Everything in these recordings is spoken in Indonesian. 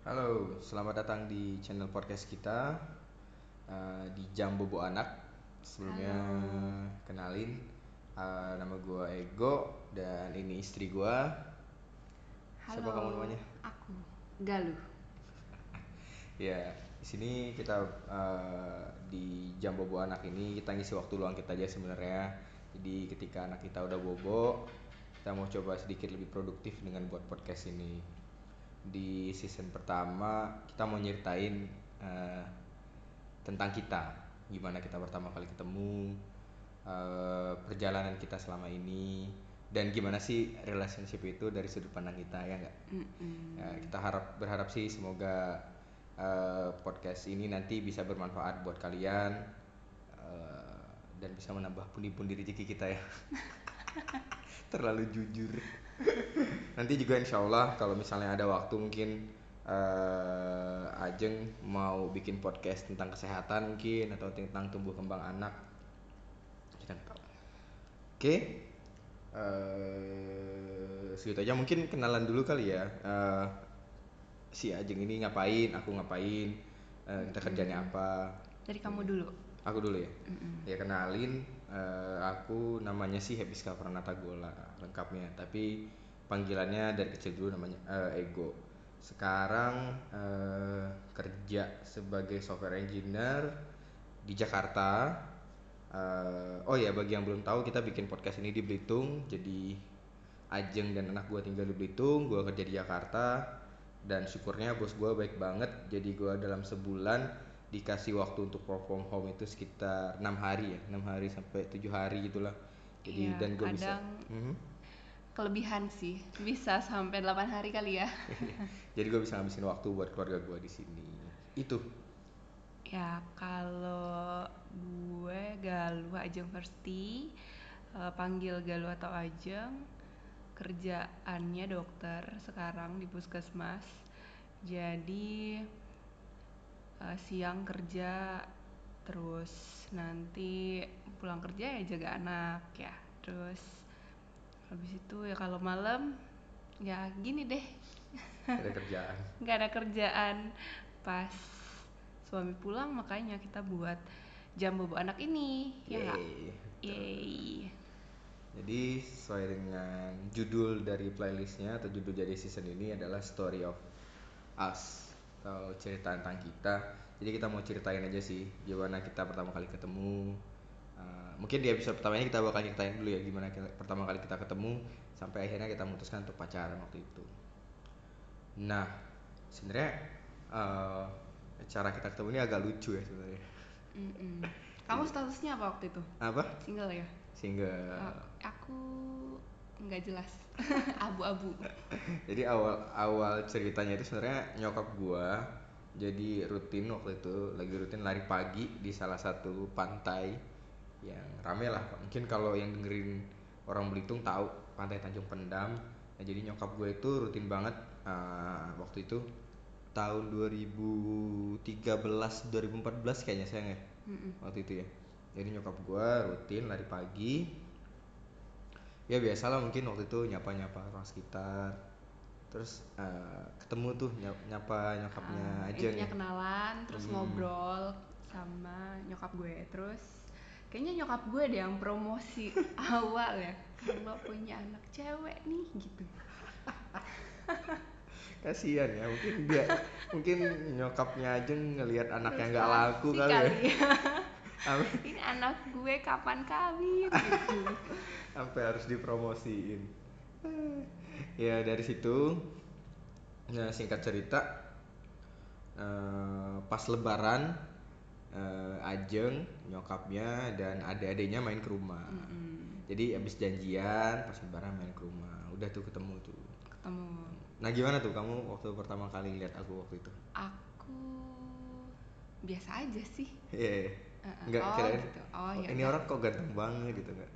Halo, selamat datang di channel podcast kita di Jam Bobo Anak. Sebelumnya Halo. kenalin, nama gue Ego dan ini istri gue. Siapa kamu Halo, namanya? aku Galuh. Ya, di sini kita di Jam Bobo Anak ini kita ngisi waktu luang kita aja sebenarnya. Jadi ketika anak kita udah bobo, kita mau coba sedikit lebih produktif dengan buat podcast ini. Di season pertama kita mau nyeritain eh, tentang kita, gimana kita pertama kali ketemu, perjalanan kita selama ini, dan gimana sih relationship itu dari sudut pandang kita, ya nggak? Ya, Mm-mm. kita berharap sih semoga podcast ini nanti bisa bermanfaat buat kalian, eh, dan bisa menambah pundi-pundi rezeki kita ya. Terlalu jujur. Nanti juga insya Allah kalau misalnya ada waktu mungkin Ajeng mau bikin podcast tentang kesehatan mungkin atau tentang tumbuh kembang anak, kita nggak tahu. Oke, segitu aja mungkin kenalan dulu kali ya. Si Ajeng ini ngapain, aku ngapain, kita kerjanya Mm-mm. apa. Dari kamu Ini dulu. aku dulu ya. Mm-mm. Ya kenalin, aku namanya sih Hebiska Pranata Gola lengkapnya, tapi panggilannya dari kecil dulu namanya Ego. Sekarang kerja sebagai software engineer di Jakarta. Oh ya, bagi yang belum tahu, kita bikin podcast ini di Belitung. Jadi Ajeng dan anak gue tinggal di Belitung, gue kerja di Jakarta. Dan syukurnya bos gue baik banget. Jadi gue dalam sebulan dikasih waktu untuk work from home itu sekitar 6 hari ya, 6 hari sampai 7 hari gitulah. Jadi Iya, dan gue bisa. kadang Mhm. kelebihan sih. Bisa sampai 8 hari kali ya. Jadi gue bisa ngabisin waktu buat keluarga gue di sini. Itu. Ya, kalau gue Galuh Ajeng Versti, panggil Galuh atau Ajeng, kerjaannya dokter sekarang di puskesmas. Jadi siang kerja, terus nanti pulang kerja ya jaga anak ya, terus habis itu ya kalau malam ya gini deh. Ada kerjaan. Nggak ada kerjaan pas suami pulang, makanya kita buat jam bobo anak ini ya nggak. Yeay, betul. Yeay. Jadi sesuai dengan judul dari playlistnya atau judul dari season ini adalah Story of Us atau cerita tentang kita. Jadi kita mau ceritain aja sih gimana kita pertama kali ketemu. Mungkin di episode pertama ini kita bakal ceritain dulu ya gimana pertama kali kita ketemu sampai akhirnya kita memutuskan untuk pacaran waktu itu. Nah, sebenarnya uh, cara kita ketemu ini agak lucu ya sebenarnya. Mm-mm. Kamu Jadi statusnya apa waktu itu? apa? Single ya? Single. Aku nggak jelas. Abu-abu. Jadi awal ceritanya itu sebenarnya nyokap gua jadi rutin waktu itu lagi rutin lari pagi di salah satu pantai yang rame lah. Mungkin kalau yang dengerin orang Belitung tahu Pantai Tanjung Pendam. Nah, jadi nyokap gue itu rutin banget waktu itu tahun 2013 2014 kayaknya sayang ya. Mm-mm. Waktu itu ya. Jadi nyokap gue rutin lari pagi. Ya biasalah mungkin waktu itu nyapa-nyapa orang sekitar. Terus ketemu tuh nyapa nyokapnya Ajeng Intinya ya. kenalan, terus Hmm. ngobrol sama nyokap gue. Terus kayaknya nyokap gue deh yang promosi awal ya, kalau punya anak cewek nih gitu. Kasihan ya, mungkin nyokapnya Ajeng ngelihat anaknya nggak laku Frustasi kali ya. kali ya. Sampai Ini anak gue kapan kawin gitu. sampai harus dipromosiin. Ya dari situ, ya singkat cerita, pas Lebaran Ajeng, nyokapnya dan adik-adiknya main ke rumah. Mm-mm. Jadi abis janjian pas Lebaran main ke rumah. Udah tuh ketemu tuh. Ketemu. Nah gimana tuh kamu waktu pertama kali lihat aku waktu itu? Aku biasa aja sih. Iya, nggak Oh kirain. gitu. Oh Oh, ya ini udah. orang kok ganteng banget gitu nggak?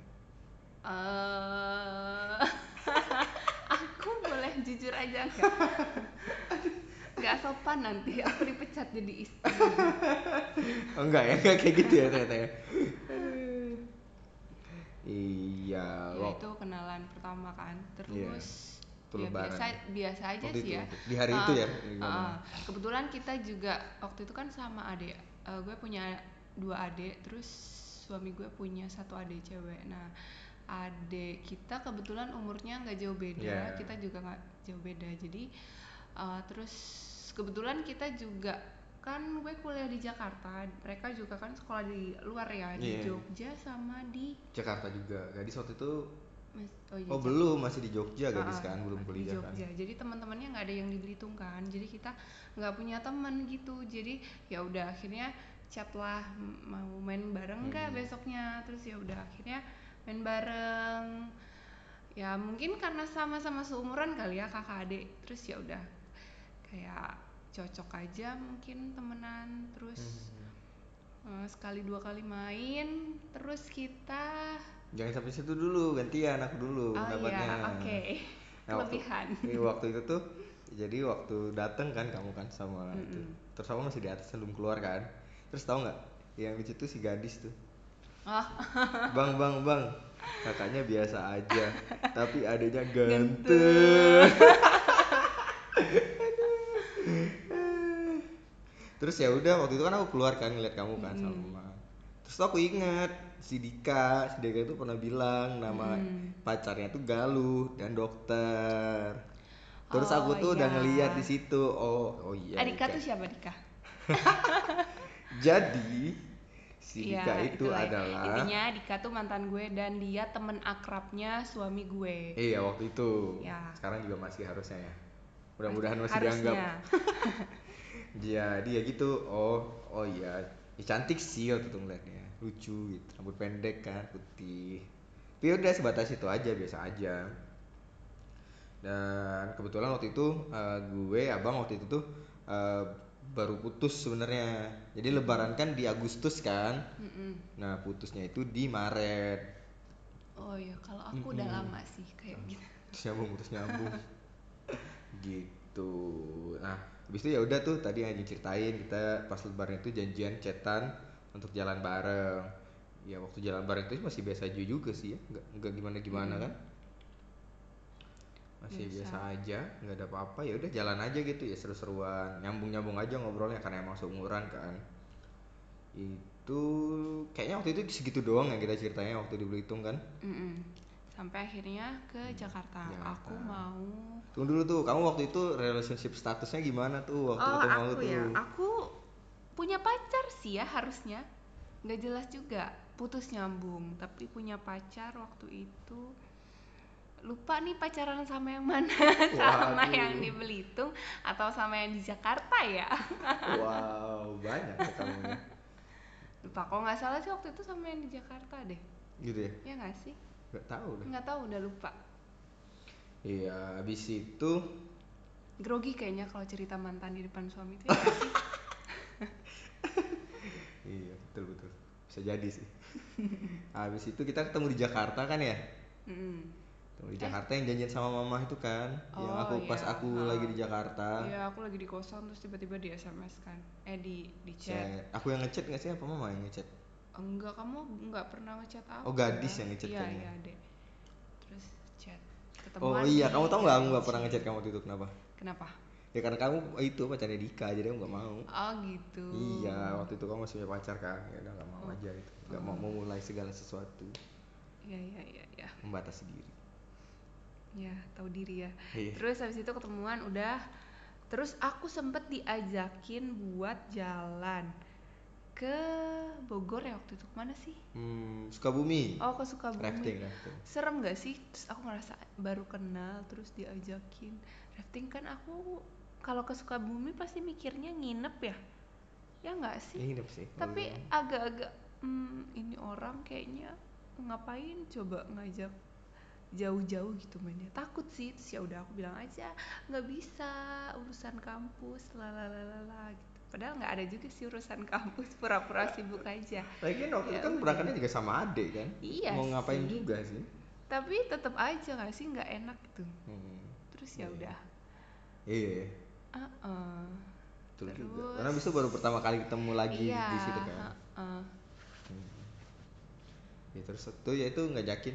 eh aku boleh jujur aja nggak? Nggak sopan nanti aku dipecat jadi istri. Oh enggak ya, enggak kayak gitu ya ternyata ya. Iya, Ya wow. itu kenalan pertama kan. Iya. Terus Waktu Ya lebaran biasa ya. biasa aja Waktu sih itu ya. di hari itu Heeh, ya gimana? heeh. Kebetulan kita juga waktu itu kan sama adik. Gue punya dua adik, terus suami gue punya satu adik cewek. Nah, adik kita kebetulan umurnya nggak jauh beda, Ya. kita juga nggak jauh beda. Jadi terus kebetulan kita juga kan gue kuliah di Jakarta, mereka juga kan sekolah di luar ya, di Iya. Jogja sama di Jakarta juga. Gadis waktu itu Oh iya, oh belum masih di Jogja gadis Ah, kan belum di kuliah kan. Jogja. Jadi teman-temannya nggak ada yang di Belitung kan. Jadi kita nggak punya teman gitu. Jadi ya udah akhirnya chat lah mau main bareng nggak Hmm. besoknya. Terus ya udah akhirnya main bareng. Ya mungkin karena sama-sama seumuran kali ya kakak adik. Terus ya udah kayak cocok aja mungkin temenan. Terus sekali dua kali main. Terus kita Jangan sampai situ dulu, gantian aku dulu oh iya, pendapatnya. oke. Nah Kelebihan. waktu itu tuh, jadi waktu dateng kan kamu kan sama itu, Mm-mm. terus aku masih di atas belum keluar kan, terus tahu nggak, yang lucu tuh si gadis tuh, Oh, bang, kakaknya biasa aja, tapi adanya ganteng. ganteng. Terus ya udah waktu itu kan aku keluar kan ngeliat kamu kan sama Mm-mm. mama. Terus tuh aku inget si Dika itu pernah bilang nama Mm-mm. pacarnya tuh Galuh dan dokter. Terus Oh aku tuh udah iya. ngeliat di situ. Oh iya Dika Dika. tuh siapa Dika? Jadi si Dika Ya itu itulah ya. adalah Intinya Dika tuh mantan gue dan dia temen akrabnya suami gue. iya waktu itu. Ya, Sekarang juga masih harusnya ya. Mudah-mudahan masih dianggap. harusnya. Jadi ya gitu. Oh iya. Ya, cantik sih waktu itu ngeliatnya. Lucu gitu. Rambut pendek kan, putih. Tapi ya udah sebatas itu aja, biasa aja. Dan kebetulan waktu itu gue abang waktu itu tuh eh, baru putus sebenarnya. Jadi lebaran kan di Agustus kan. Mm-mm. Nah putusnya itu di Maret. Oh iya, kalau aku udah Mm-mm. lama sih kayak gitu. Terus nyambung gitu. Nah habis itu ya udah tuh tadi yang diceritain kita pas lebaran itu janjian chatan untuk jalan bareng. Ya waktu jalan bareng itu masih biasa aja juga sih ya, nggak gimana gimana Mm-mm. kan, masih Biasa. biasa aja, nggak ada apa-apa, ya udah jalan aja gitu ya, seru-seruan, nyambung aja ngobrolnya karena emang seumuran kan. Itu kayaknya waktu itu segitu doang ya kita ceritanya waktu di Belitung kan. Mm-mm. Sampai akhirnya ke Jakarta. Jakarta. Aku mau. Tunggu dulu tuh, kamu waktu itu relationship statusnya gimana tuh waktu Oh ketemu aku aku tuh? ya, aku punya pacar sih ya harusnya. Nggak jelas juga, putus nyambung. Tapi punya pacar waktu itu. Lupa nih pacaran sama yang mana. Sama yang Waduh, di Belitung atau sama yang di Jakarta ya. wow banyak ya kamu ya, Lupa, kalau nggak salah sih waktu itu sama yang di Jakarta deh. gitu ya, Ya nggak sih? nggak tahu deh. Nggak tahu, udah lupa. Iya, habis itu Grogi kayaknya kalau cerita mantan di depan suami itu ya nggak sih? iya betul bisa jadi sih. Habis itu kita ketemu di Jakarta kan ya, Mm-mm. ketemu di Eh, Jakarta yang janjian sama mama itu kan, yang oh aku pas iya, aku lagi di Jakarta. iya aku lagi di kosan terus tiba-tiba di SMS kan, di chat. Chat aku yang ngechat nggak sih apa mama yang ngechat? Enggak, kamu nggak pernah ngechat Oh aku ya? gadis yang ngechat Iya kayaknya. iya deh. Terus chat, Oh ketemuan iya, kamu di tahu nggak aku nggak pernah LC. ngechat kamu waktu itu kenapa? Kenapa? Ya karena kamu itu pacarnya Dika, jadi aku nggak mau. Oh gitu. Iya, waktu itu kamu masih punya pacar kan, ya udah nggak mau Oh, aja itu, nggak mau oh. memulai segala sesuatu, Iya iya iya iya. membatasi diri. Ya tahu diri ya. Iya. Terus habis itu ketemuan udah. Terus aku sempet diajakin buat jalan ke Bogor ya waktu itu, kemana sih? Sukabumi. Oh ke Sukabumi. Rafting. Serem gak sih? Terus aku ngerasa baru kenal terus diajakin rafting. Kan aku kalau ke Sukabumi pasti mikirnya nginep ya, ya nggak sih? Ya nginep sih. Tapi agak-agak ini orang kayaknya ngapain coba ngajak jauh-jauh gitu mainnya, takut sih. Terus ya udah aku bilang aja nggak bisa, urusan kampus lalalala gitu. Padahal nggak ada juga sih urusan kampus, pura-pura sibuk aja. Lagian waktu Ya itu kan udah. berangkatnya juga sama adek kan. Iya Mau ngapain sih, juga sih? tapi tetap aja nggak sih, nggak enak gitu. Hmm. Terus ya Iya. udah. Iya. Uh-uh. Betul juga. Karena Terus abis itu baru pertama kali ketemu lagi iya, di situ kan. uh-uh. Hmm. Ya terus tuh ya itu ngajakin tuh.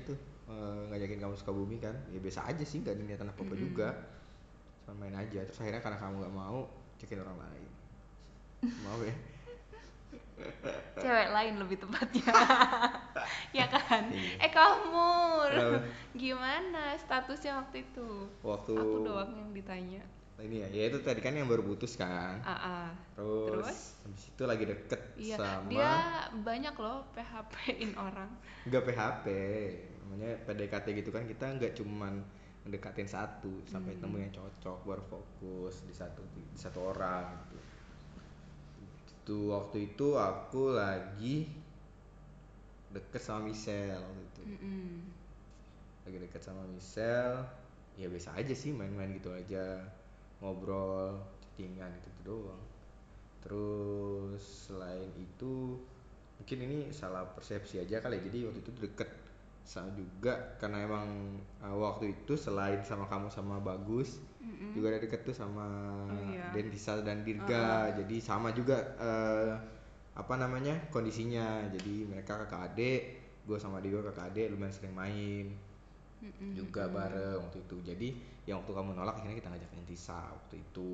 ngajakin kamu Sukabumi kan, ya biasa aja sih, nggak ada niatan apa apa juga, cuma main aja. Terus akhirnya karena kamu nggak mau, cekin orang lain. Maaf ya. Cewek lain lebih tepatnya. Ya kan? Iya. Kamu Kenapa? gimana statusnya waktu itu? Waktu Aku doang yang ditanya. ini ya itu tadi kan yang baru putus kan. Ah, terus? Terus habis itu lagi deket Iya, dia sama, banyak loh PHP-in orang. nggak PHP, namanya PDKT gitu kan, kita nggak cuman mendekatin satu, sampai temu yang cocok baru fokus di satu orang gitu. Itu waktu itu aku lagi deket sama Michelle waktu itu. Lagi deket sama Michelle, ya biasa aja sih, main-main gitu aja, ngobrol, chattingan gitu doang. Terus selain itu mungkin ini salah persepsi aja kali ya, jadi waktu itu deket sama juga karena emang waktu itu selain sama kamu sama Bagus juga ada deket tuh sama Iya. Dentisa dan Dirga. Jadi sama juga apa namanya kondisinya, jadi mereka kakak adik, gue sama Digo kakak adik, lumayan sering main juga bareng waktu itu. Jadi yang waktu kamu nolak akhirnya kita ngajak Dentisa waktu itu.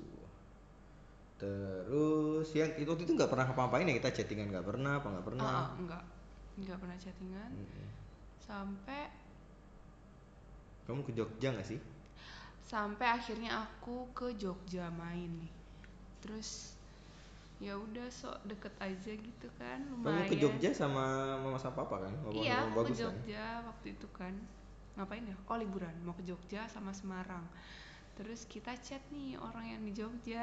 Terus yang itu waktu itu nggak pernah apa-apain ya, kita chattingan nggak pernah, apa nggak pernah. Enggak pernah chattingan. Sampai Kamu ke Jogja nggak sih? akhirnya aku ke Jogja main nih. Terus ya udah sok deket aja gitu kan, Kamu lumayan. ke Jogja sama mama sama papa kan? Iya, Sama aku ke Bagus kan? Jogja waktu itu kan. Ngapain ya? Oh, liburan, mau ke Jogja sama Semarang. Terus kita chat nih orang yang di Jogja.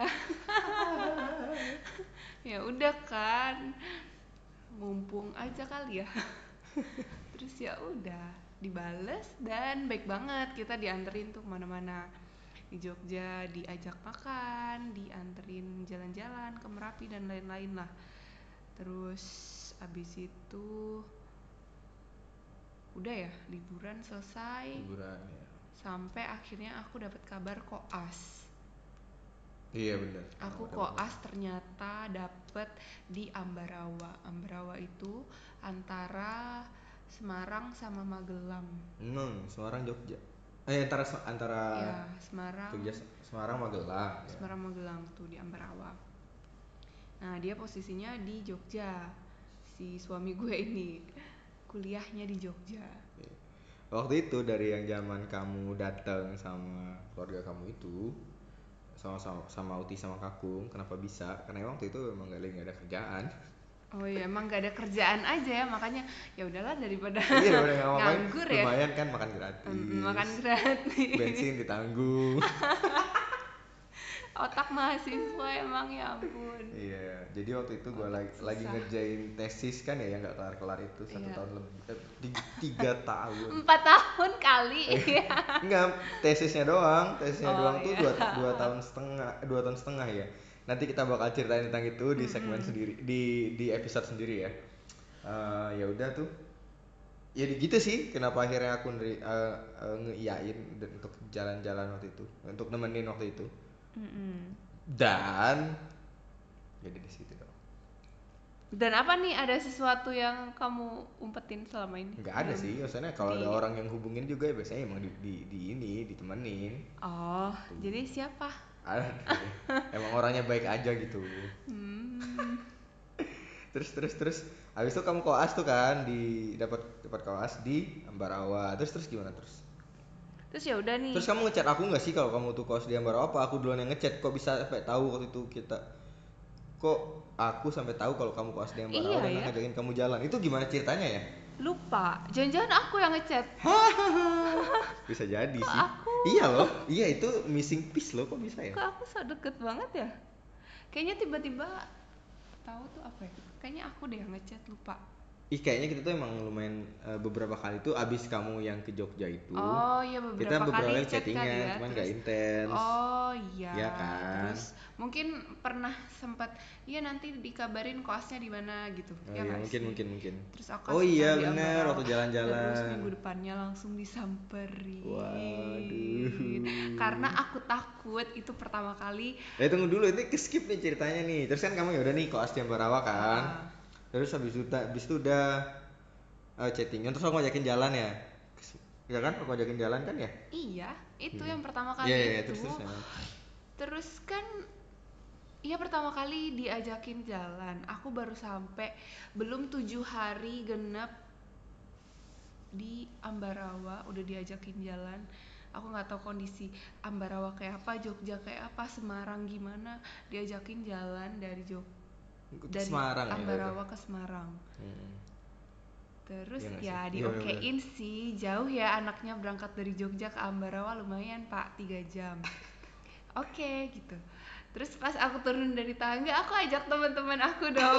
Ya udah kan, mumpung aja kali ya. Terus ya udah dibales dan baik banget, kita dianterin tuh kemana-mana di Jogja, diajak makan, dianterin jalan-jalan ke Merapi dan lain-lain lah. Terus abis itu udah ya, liburan selesai. Liburan ya. Sampai akhirnya aku dapat kabar koas. Iya benar. Aku koas ternyata dapet di Ambarawa. Ambarawa itu antara Semarang sama Magelang. Semarang Jogja. Antara Ya, Semarang. Jogja, Semarang Magelang. Ya. Semarang Magelang tuh di Ambarawa. Nah, dia posisinya di Jogja. Si suami gue ini kuliahnya di Jogja. Waktu itu dari yang zaman kamu datang sama keluarga kamu itu, sama Uti sama Kakung, kenapa bisa? Karena waktu itu emang gak ada kerjaan. Oh iya, emang gak ada kerjaan aja ya, makanya ya udahlah daripada Iya udah nggak ngapain, nganggur ya. lumayan kan makan gratis. Makan gratis. Bensin ditanggung. Otak mahasiswa emang, ya ampun. Iya, jadi waktu itu gue Otak lagi susah. ngerjain tesis kan ya, yang nggak kelar-kelar itu 1 Iya. tahun lebih, 3 tahun. 4 tahun kali. Enggak, tesisnya doang Oh, tuh iya. 2 tahun setengah ya. Nanti kita bakal ceritain tentang itu di segmen sendiri, di episode sendiri ya. Ya udah tuh, ya gitu sih kenapa akhirnya aku ngeiyain untuk jalan-jalan waktu itu, untuk nemenin waktu itu. Dan jadi di situ dong. Dan apa nih, ada sesuatu yang kamu umpetin selama ini? Nggak ada sih, maksudnya kalau ada orang yang hubungin juga biasanya emang ditemenin. Oh, jadi siapa? Ada, emang orangnya baik aja gitu. Terus habis itu kamu koas tuh kan, dapat koas di Ambarawa. Terus gimana terus? Terus ya udah nih. Terus kamu ngechat aku nggak sih kalau kamu tuh koas di Ambarawa? Apa aku duluan yang ngechat? Kok bisa sampai tahu waktu itu kita? Kok aku sampai tahu kalau kamu koas di Ambarawa dan ngajakin kamu jalan? Itu gimana ceritanya ya? Lupa, jangan-jangan aku yang ngechat. Bisa jadi Kok sih. aku? Iya loh, iya itu missing piece loh, kok bisa ya? Kok aku so deket banget ya? Kayaknya tiba-tiba tahu tuh apa ya? Kayaknya aku deh yang ngechat, lupa. Kayaknya kita tuh emang lumayan beberapa kali tuh abis kamu yang ke Jogja itu. Oh iya, Kita beberapa kali chat chattingan, kali ya. cuman Terus, gak intens. oh iya. Ya kan? Terus mungkin pernah sempat, iya nanti dikabarin koasnya di mana gitu. Oh Ya iya, nggak sih? mungkin. Terus aku Oh kasih iya tahu di bener, Ambarawa. waktu jalan-jalan. Terus minggu depannya langsung disamperin. Waduh. Karena aku takut itu pertama kali. Tunggu dulu, ini skip nih ceritanya nih. Terus kan kamu ya udah nih koas di Ambarawa kan. Terus habis itu udah chattingan, terus aku ngajakin jalan ya ke Ya kan aku ajakin jalan kan ya. Iya, itu Hmm. yang pertama Iya kali iya iya, itu. terus ya. Terus kan, iya pertama kali diajakin jalan. Aku baru sampai belum 7 hari genap di Ambarawa udah diajakin jalan. Aku nggak tahu kondisi Ambarawa kayak apa, Jogja kayak apa, Semarang gimana. Diajakin jalan Ke dari Semarang ya itu. Ambarawa ke Semarang. Terus Iya nggak sih? ya Iya benar-benar. diokein sih, jauh ya anaknya berangkat dari Jogja ke Ambarawa lumayan Pak, 3 jam. Oke gitu. Terus pas aku turun dari tangga, aku ajak teman-teman aku dong.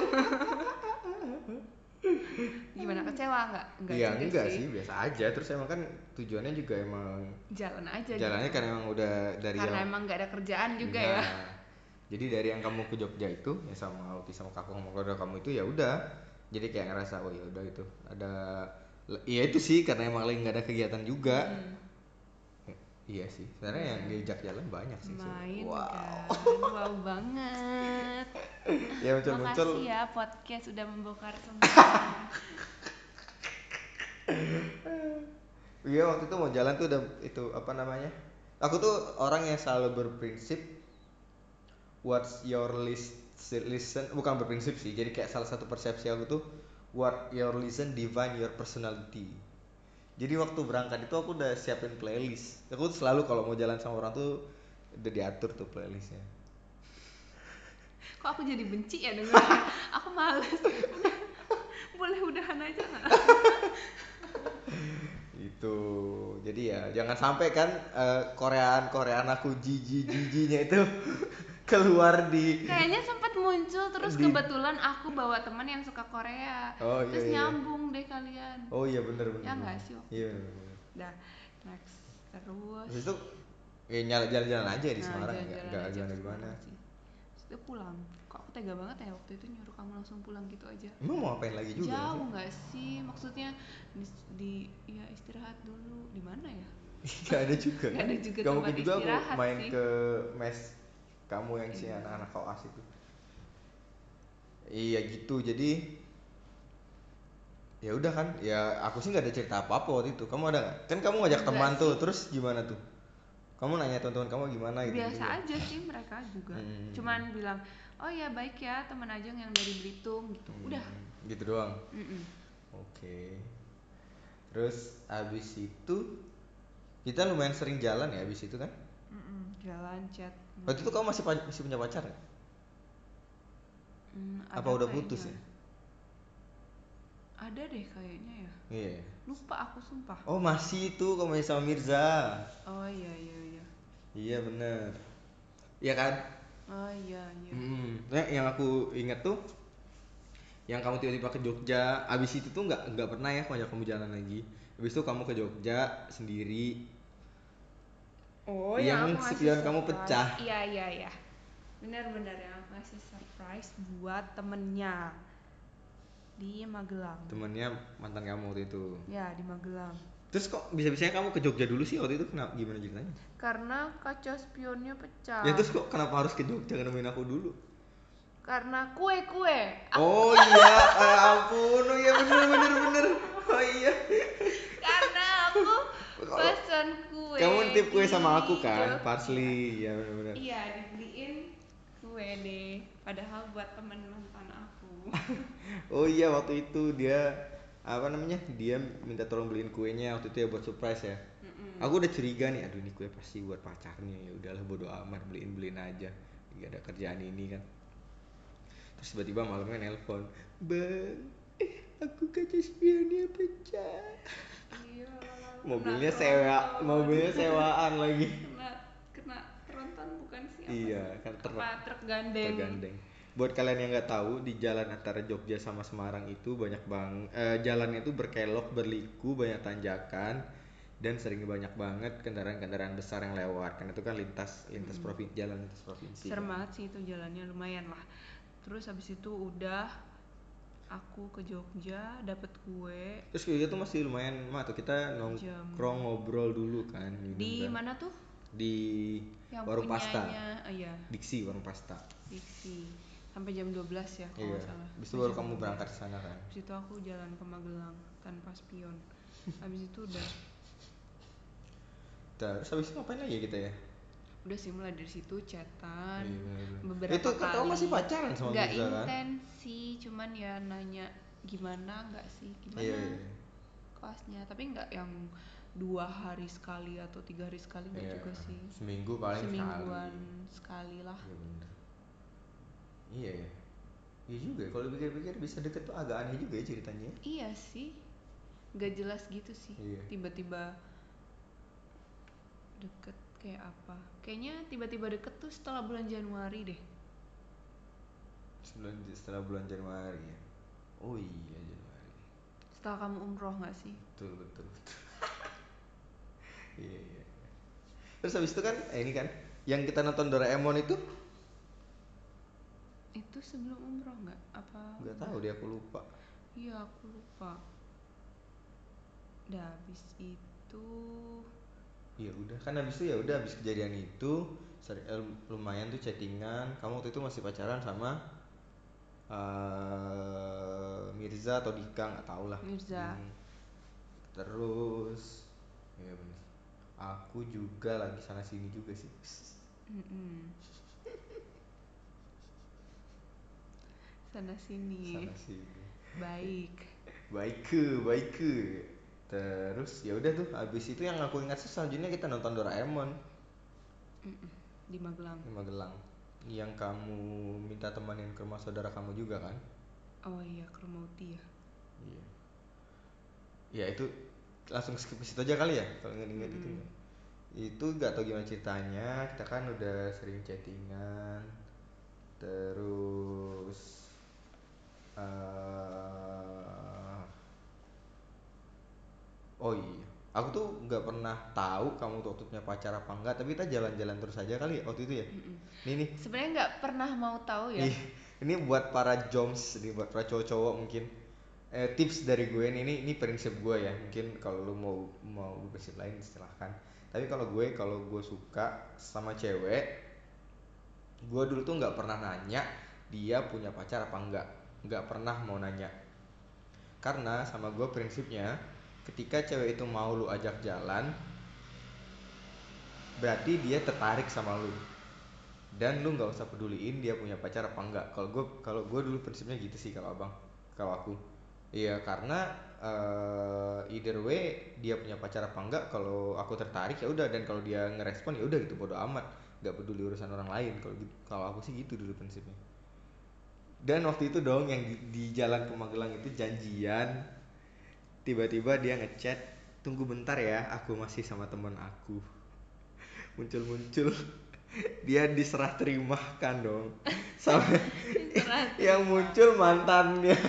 Gimana, kecewa nggak? Nggak Iya juga enggak sih. sih, biasa aja. Terus emang kan tujuannya juga emang Jalan aja jalannya gitu. kan emang udah dari Karena yang emang nggak ada kerjaan juga iya. ya. Jadi dari yang kamu ke Jogja itu ya sama Uti sama kakak sama keluarga kamu itu ya udah. Jadi kayak ngerasa oh ya udah itu ada iya itu sih karena emang lagi nggak ada kegiatan juga. Iya sih, sebenarnya yang Iya. diajak jalan banyak sih sebenarnya. Main Wow. kan, wow banget. Ya muncul-muncul. Makasih ya podcast udah membongkar semua. Iya waktu itu mau jalan tuh udah itu apa namanya? Aku tuh orang yang selalu berprinsip what's your listen bukan berprinsip sih. Jadi kayak salah satu persepsi aku tuh what your listen define your personality. Jadi waktu berangkat itu aku udah siapin playlist. Aku tuh selalu kalau mau jalan sama orang tuh udah diatur tuh playlistnya. Kok aku jadi benci ya dengarnya? Aku males. Boleh udahan aja nggak? Itu jadi ya jangan sampai kan Koreaan aku jijinya itu keluar Kayaknya sempat muncul terus di kebetulan aku bawa teman yang suka Korea. oh iya Terus iya nyambung deh kalian. oh iya bener bener Ya bener nggak sih waktu iya itu? bener bener. Dah, next. Terus Terus itu jalan-jalan aja di nah Semarang jalan-jalan nggak aja ke gimana gimana. Semarang sih. Terus itu pulang. Kok aku tega banget ya waktu itu nyuruh kamu langsung pulang gitu aja. Emang mau ngapain lagi juga Jauh sih? nggak sih? Maksudnya di ya istirahat dulu di mana ya? Gak ada juga Gak kan? ada juga Gak tempat mungkin juga aku istirahat main sih. ke mes kamu yang si Iya. anak-anak koas itu. Iya gitu jadi ya udah kan ya aku sih nggak ada cerita apa apa waktu itu kamu ada nggak kan kamu ngajak Enggak teman tuh sih. terus gimana tuh kamu nanya teman-teman kamu gimana gitu gitu Biasa ya aja sih mereka juga. hmm, Cuman bilang, "Oh ya baik ya, teman Ajeng yang dari Belitung." gitu. Udah. gitu doang Mm-mm. oke terus abis itu kita lumayan sering jalan ya abis itu kan Jalan chat waktu itu ngobrol. kamu masih punya pacar nggak apa Ada udah putus kayaknya. ya Ada deh kayaknya ya. iya Lupa aku sumpah. oh masih itu kamu masih sama Mirza Oh iya iya iya. iya bener iya kan Oh iya iya. Nah, yang aku inget tuh yang kamu tiba-tiba ke Jogja abis itu tuh nggak pernah ya aku ajak kamu jalan lagi abis itu kamu ke Jogja sendiri Oh yang yang aku ngasih spion kamu surprise. pecah Iya iya iya. Benar-benar yang aku ngasih surprise buat temennya di Magelang. temennya mantan kamu waktu itu Ya di Magelang. terus kok bisa-bisanya kamu ke Jogja dulu sih waktu itu kenapa gimana ceritanya Karena kaca spionnya ya pecah. terus kok kenapa harus ke Jogja nemuin aku dulu Karena kue-kue. oh iya ampun oh iya bener oh iya Karena aku kalau pesan kue kamu tip kue di sama aku kan Jogja. parsley ya bener-bener Iya, dibeliin kue deh. Padahal buat temen mantan aku. oh iya waktu itu dia apa namanya dia minta tolong beliin kuenya waktu itu ya buat surprise ya aku udah curiga nih aduh ini kue pasti buat pacarnya ya udahlah bodo amat beliin aja gak ada kerjaan ini kan terus tiba-tiba malamnya nelpon bang aku kaca spionnya pecah Iya, mobilnya kena mobilnya tronton. sewaan lagi kena kena tronton bukan sih apa iya sih? kan Apa truk gandeng. tergandeng buat kalian yang nggak tahu di jalan antara Jogja sama Semarang itu banyak jalannya itu berkelok berliku banyak tanjakan dan sering banyak banget kendaraan-kendaraan besar yang lewat karena itu kan lintas provinsi jalan lintas provinsi Serem kan banget sih itu jalannya lumayan lah. Terus habis itu udah aku ke Jogja dapet kue terus kayak gitu masih lumayan mah tuh kita jam nongkrong ngobrol dulu kan minum di kan mana tuh? di Yang warung pasta punyanya, oh iya, Diksi warung pasta Diksi. Sampai jam 12 ya kalau iya nggak salah. habis itu Sampai baru jam kamu 12. berangkat ke sana kan Habis itu aku jalan ke Magelang tanpa spion. Habis itu udah Terus habis itu ngapain lagi kita ya? Udah sih mulai dari situ chatan Iya, bener-bener. beberapa Itu kan kamu kali. masih pacaran sama Nggak Mirza kan? intens sih, cuman ya nanya gimana nggak sih, Iya, gimana iya. kelasnya, tapi nggak yang 2 hari sekali atau 3 hari sekali, nggak Iya. juga sih. Seminggu paling Semingguan sekali. sekali lah. Iya bener. Iya ya. Iya juga ya, kalau dipikir-pikir bisa deket tuh agak aneh juga ya ceritanya. Iya sih, nggak jelas gitu sih. Iya. Tiba-tiba deket kayak apa, kayaknya tiba-tiba deket tuh setelah bulan Januari deh. Setelah bulan Januari ya. Oh iya Januari. Setelah kamu umroh nggak sih? Betul betul betul. Iya iya. Terus habis itu kan ini kan yang kita nonton Doraemon itu Itu sebelum umroh nggak apa nggak udah? tahu deh aku lupa. Iya aku lupa. Udah habis itu Ya udah kan habis itu ya udah habis kejadian itu lumayan tuh chattingan. Kamu waktu itu masih pacaran sama Mirza atau Dika nggak tahu lah. Mirza. Terus ya bener. Aku juga lagi sana sini juga sih. Mm-mm. Sana sini. Sana sini. Baik. Baik ke. Terus ya udah tuh habis itu yang aku ingat sih selanjutnya kita nonton Doraemon Mm-mm. Di Magelang. di Magelang. Yang kamu minta temanin ke rumah saudara kamu juga kan? Oh iya, ke rumah Uti ya. Iya. Ya itu langsung skip ke situ aja kali ya kalau inget-inget itu. Mm-mm. Itu nggak tahu gimana ceritanya, kita kan udah sering chattingan. Terus eh oh iya, aku tuh nggak pernah tahu kamu tuh waktu punya pacar apa enggak, tapi kita jalan-jalan terus aja kali ya waktu itu ya. Mm-mm. Nih, Sebenarnya nggak pernah mau tahu ya. nih, ini buat para joms, nih buat para cowok-cowok mungkin. Tips dari gue nih, ini prinsip gue ya. Mungkin kalau lu mau prinsip lain silahkan. Tapi kalau gue suka sama cewek, gue dulu tuh nggak pernah nanya dia punya pacar apa enggak, nggak pernah mau nanya. Karena sama gue prinsipnya, ketika cewek itu mau lu ajak jalan, berarti dia tertarik sama lu. Dan lu nggak usah peduliin dia punya pacar apa enggak. Kalau gue dulu prinsipnya gitu sih kalau abang, kalau aku. Iya karena either way dia punya pacar apa enggak, kalau aku tertarik ya udah, dan kalau dia ngerespon ya udah gitu, bodo amat, nggak peduli urusan orang lain. Kalau aku sih gitu dulu prinsipnya. Dan waktu itu dong yang di jalan ke Magelang itu janjian, tiba-tiba dia ngechat, tunggu bentar ya aku masih sama temen aku. Muncul-muncul dia diserah terimakan dong sama Diserah yang terima. muncul mantannya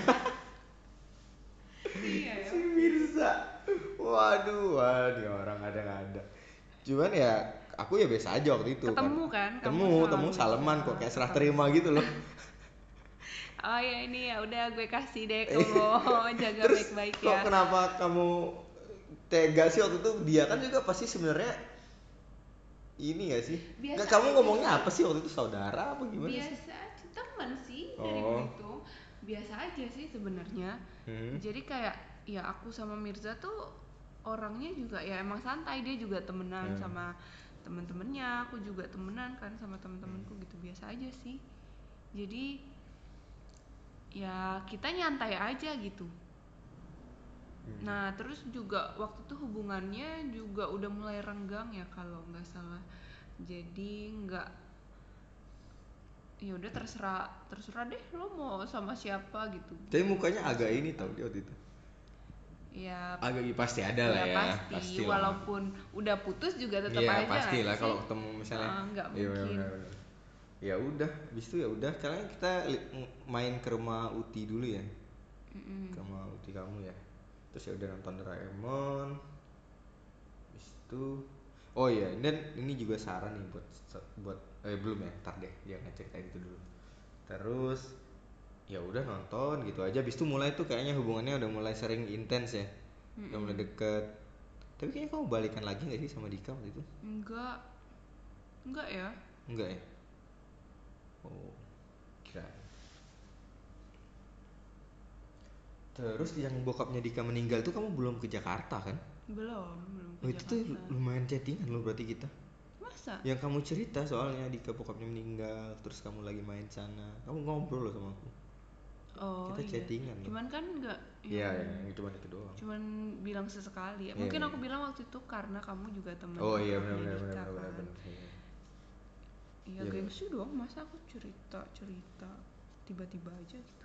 Iya ya. si Mirza. Waduh, wah dia orang ada. Cuman ya aku ya biasa aja waktu itu kan. Ketemu kan kamu Temu sama temu Mirza. salaman kok kayak serah Ketemu. terima gitu loh. Oh ya ini ya udah gue kasih deh, kamu jaga Terus baik-baik kok ya. kenapa kamu tega sih waktu itu? Dia kan juga pasti sebenarnya ini gak sih? Biasa Nggak, kamu aja ngomongnya sih. apa sih waktu itu, saudara apa gimana sih? Biasa aja, teman sih dari Oh. itu. Biasa aja sih sebenarnya. Jadi kayak ya aku sama Mirza tuh orangnya juga ya emang santai, dia juga temenan sama temen-temennya, aku juga temenan kan sama temen-temenku gitu, biasa aja sih. Jadi ya kita nyantai aja gitu. Nah terus juga waktu itu hubungannya juga udah mulai renggang ya kalau nggak salah. Jadi nggak, ya udah terserah deh lo mau sama siapa gitu. Tapi mukanya Sama agak ini siapa. tau dia waktu itu. Ya Agak pasti ada lah ya. pasti Pastilah. walaupun udah putus juga tetap Iya aja nggak pastilah sih. kalau ketemu misalnya. Nggak Iya mungkin. benar. Ya udah, habis itu ya udah. Sekarang kita main ke rumah Uti dulu ya. Ke rumah Uti kamu ya. Terus ya udah nonton Doraemon. Habis itu oh iya, dan ini juga saran nih buat belum ya, ntar deh dia ngeceritain itu dulu. Terus ya udah nonton gitu aja. Habis itu mulai tuh kayaknya hubungannya udah mulai sering intens ya. Udah mulai deket. Tapi kayaknya kamu balikan lagi gak sih sama Dika waktu itu? Enggak ya. Enggak ya? Oh, kira. Terus yang bokapnya Dika meninggal tuh kamu belum ke Jakarta kan? Belum ke Oh itu tuh Jakarta. lumayan chattingan loh berarti kita. Masa? Yang kamu cerita soalnya Dika bokapnya meninggal, terus kamu lagi main sana, kamu ngobrol loh sama aku. Oh Kita iya. chattingan loh. Cuman kan nggak Iya, yang ya, cuma itu doang. cuman bilang sesekali. Iya, Mungkin iya. aku bilang waktu itu karena kamu juga temen Oh iya, benar akrabnya benar benar Dika benar benar kan. benar. Iya. Iya Iya, gengsi dong, masa aku cerita cerita tiba-tiba aja gitu.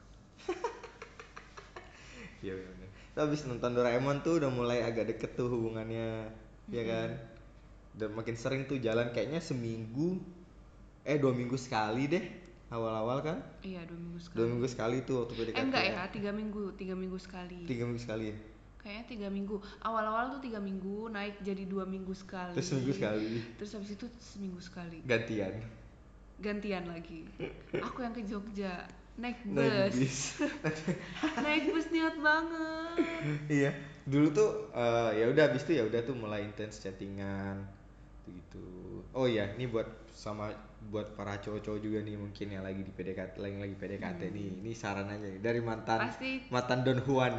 iya benar. Tapi habis nonton Doraemon tuh udah mulai agak deket tuh hubungannya, ya kan? Mm-mm. Dan makin sering tuh jalan kayaknya seminggu, 2 minggu sekali deh awal-awal kan? Iya 2 minggu Dua sekali. minggu sekali tuh waktu PDKT Enggak ya. ya, 3 minggu sekali. 3 minggu sekali ya. Kayaknya 3 minggu. Awal-awal tuh 3 minggu, naik jadi 2 minggu Terus seminggu sekali. sekali Terus habis itu seminggu sekali. gantian Gantian lagi. Aku yang ke Jogja naik naik bus. bis. Naik bus niat banget. Iya, dulu tuh ya udah habis itu ya udah tuh mulai intens chattingan gitu. Oh iya, ini buat para cowok-cowok juga nih mungkin yang lagi di PDKT, lagi PDKT nih. Ini saran aja nih dari mantan Pasti mantan Don Juan.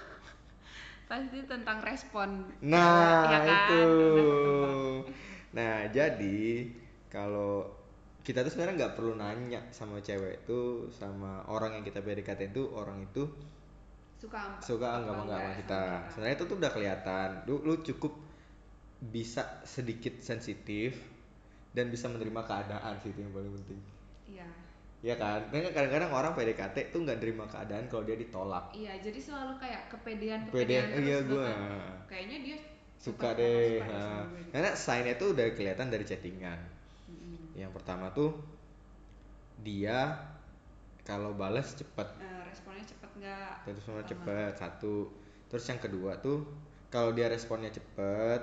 pasti tentang respon cewek ya Nah, itu. kan, udah ketebak. Nah, jadi kalau kita tuh sebenarnya nggak perlu nanya sama cewek tuh, sama orang yang kita PDKT itu, orang itu suka nggak apa nggak sama enggak kita. sama kita. Sebenarnya itu tuh udah kelihatan. Lu cukup bisa sedikit sensitif dan bisa menerima keadaan sih, itu yang paling penting. Iya. Ya kan? Karena kadang-kadang orang PDKT tuh nggak nerima keadaan kalau dia ditolak. Iya, jadi selalu kayak Pede, kepedean iya terus gue bahkan kayaknya dia suka bakal deh. suka deh sama gue gitu. Karena sign-nya tuh udah kelihatan dari chattingan. Mm-mm. Yang pertama tuh dia kalau balas cepet, Responnya cepet nggak? responnya Pertama. cepet satu. Terus yang kedua tuh kalau dia responnya cepet,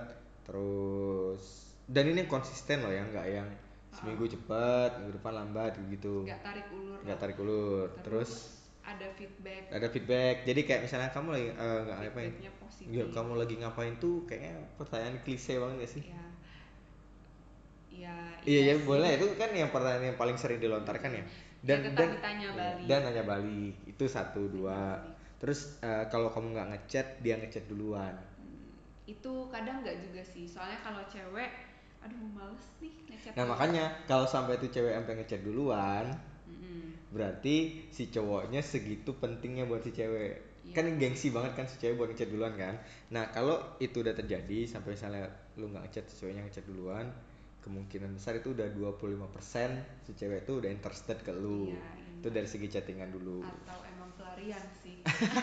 terus dan ini konsisten loh ya, nggak yang seminggu cepet, minggu depan lambat gitu. Nggak tarik ulur Nggak lah. tarik ulur. Terus Terus ada feedback. ada feedback. Jadi kayak misalnya kamu lagi nggak ngapain, Feedbacknya ya, positif. kamu lagi ngapain tuh kayaknya pertanyaan klise banget gak sih? Ya, ya Iya iya ya sih. boleh, itu kan yang pertanyaan yang paling sering dilontarkan ya. Ya Dan tetap dan ditanya iya, balik. dan nanya balik itu satu Nanya dua. balik. Terus kalau kamu nggak ngechat dia ngechat duluan. Itu kadang nggak juga sih. Soalnya kalau cewek, aduh males nih ngechat Nah dulu. makanya kalau sampai tuh cewek sampai ngechat duluan, Mm-mm. berarti si cowoknya segitu pentingnya buat si cewek. Iya. Kan gengsi banget kan si cewek buat ngechat duluan kan. Nah kalau itu udah terjadi sampai misalnya lu nggak ngechat, si ceweknya ngechat duluan, kemungkinan besar itu udah 25% si cewek itu udah interested ke lu. Iya, Itu dari segi chattingan dulu. atau emang pelarian sih.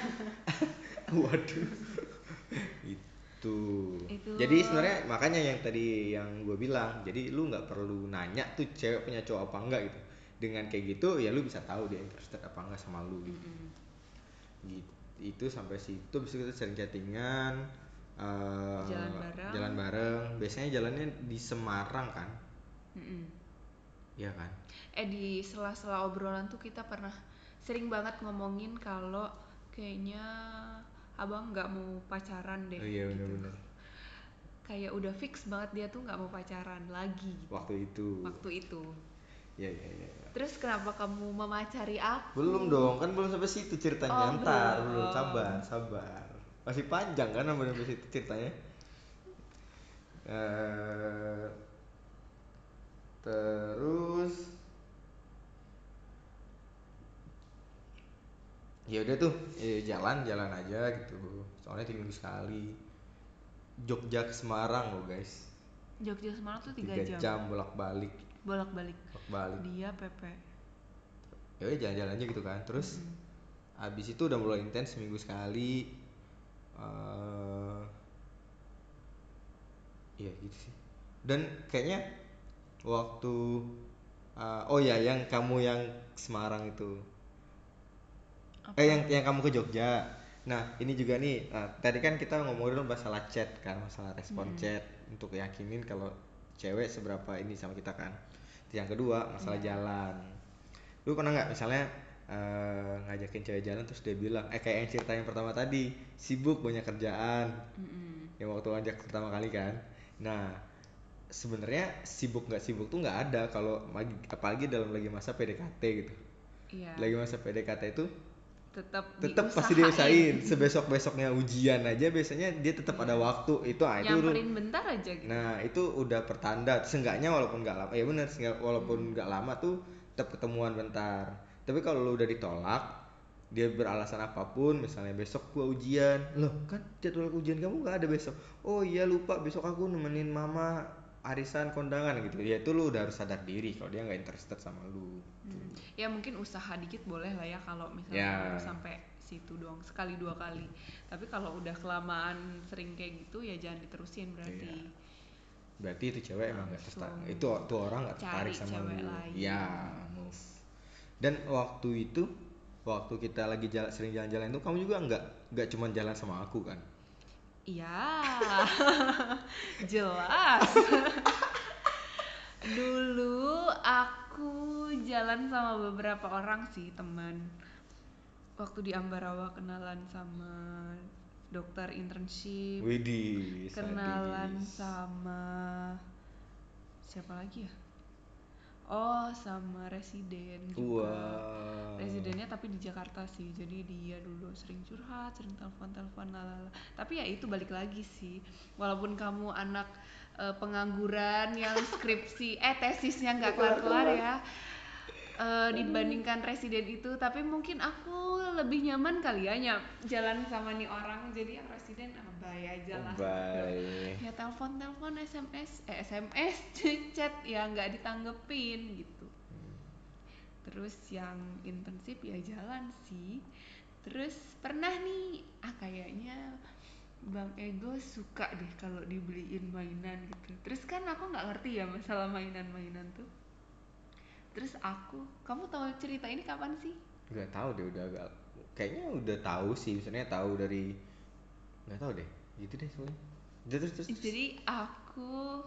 Waduh. Itu. Itu Jadi sebenarnya makanya yang tadi yang gue bilang, jadi lu nggak perlu nanya tuh cewek punya cowok apa enggak gitu. Dengan kayak gitu ya lu bisa tahu dia interested apa enggak sama lu gitu. mm-mm. Gitu. Itu sampai situ, habis itu kita sering chattingan, jalan bareng. Biasanya jalannya di Semarang kan? Mm-mm. Iya kan? Di sela-sela obrolan tuh kita pernah sering banget ngomongin kalau kayaknya abang nggak mau pacaran deh Oh iya gitu. benar-benar. Kayak udah fix banget dia tuh nggak mau pacaran lagi gitu. Waktu itu. Waktu itu. Iya iya iya. Terus kenapa kamu memacari aku? Belum dong, kan belum sampai situ ceritanya. Oh Ntar, belum, belum. sabar, sabar. Masih panjang kan sampai situ ceritanya. Eh terus ya udah tuh, jalan-jalan aja gitu. Soalnya 3 minggu sekali. Jogja ke Semarang loh, guys. Jogja Semarang tuh 3 3 jam. jam bolak-balik. Bolak-balik. Bolak-balik. Dia PP. Ya udah jalan-jalan aja gitu kan. Terus Mm-mm. abis itu udah mulai intens seminggu sekali. eh Iya gitu sih. Dan kayaknya waktu oh ya yang kamu yang Semarang itu, Apa? yang kamu ke Jogja. Nah ini juga nih, tadi kan kita ngomongin masalah chat kan, masalah respon Mm-mm. chat untuk yakinin kalau cewek seberapa ini sama kita kan. Yang kedua masalah Iya. jalan. Lu pernah nggak misalnya ngajakin cewek jalan terus dia bilang kayak yang cerita yang pertama tadi, sibuk banyak kerjaan, Mm-mm. yang waktu ngajak pertama kali kan. Nah sebenarnya sibuk nggak sibuk tuh nggak ada kalau apalagi dalam lagi masa PDKT gitu. Iya. Lagi masa PDKT itu tetap pasti diusahain. Sebesok-besoknya ujian aja biasanya dia tetap ada waktu itu. Nyamperin bentar aja gitu. Nah itu udah pertanda. Seenggaknya walaupun nggak lama, ya benar, walaupun nggak lama tuh tetap ketemuan bentar. Tapi kalau lu udah ditolak, dia beralasan apapun, misalnya besok gua ujian, loh kan jadwal ujian kamu nggak ada besok. Oh iya lupa, besok aku nemenin mama arisan kondangan gitu. Ya itu lu udah harus sadar diri kalau dia nggak interested sama lu. Ya mungkin usaha dikit boleh lah ya kalau misalnya baru sampai situ doang, sekali dua kali. Tapi kalau udah kelamaan sering kayak gitu ya jangan diterusin berarti. Berarti itu cewek emang nggak tertarik, itu tuh orang nggak tertarik sama lu. Ya move. Dan waktu kita lagi sering jalan-jalan itu kamu juga nggak cuma jalan sama aku kan? Iya. Jelas. Dulu aku jalan sama beberapa orang sih, teman. Waktu di Ambarawa kenalan sama dokter internship. Widih, kenalan sama siapa lagi ya? Oh, sama residen juga. Residennya tapi di Jakarta sih. Jadi dia dulu sering curhat, sering telepon lalala. Tapi ya itu balik lagi sih. Walaupun kamu anak pengangguran yang skripsi tesisnya nggak kelar-kelar ya. Dibandingkan residen itu, tapi mungkin aku lebih nyaman kali ya jalan sama nih orang. Jadi yang residen bye aja lah. Ya telepon SMS chat ya nggak ditanggepin gitu. Terus yang intensif ya jalan sih. Terus pernah nih kayaknya Bang Ego suka deh kalau dibeliin mainan gitu. Terus kan aku nggak ngerti ya masalah mainan-mainan tuh. Terus kamu tahu cerita ini kapan sih? Gak tahu deh, kayaknya udah tahu sih, misalnya tahu dari, nggak tahu deh, gitu deh soalnya. Terus. Jadi aku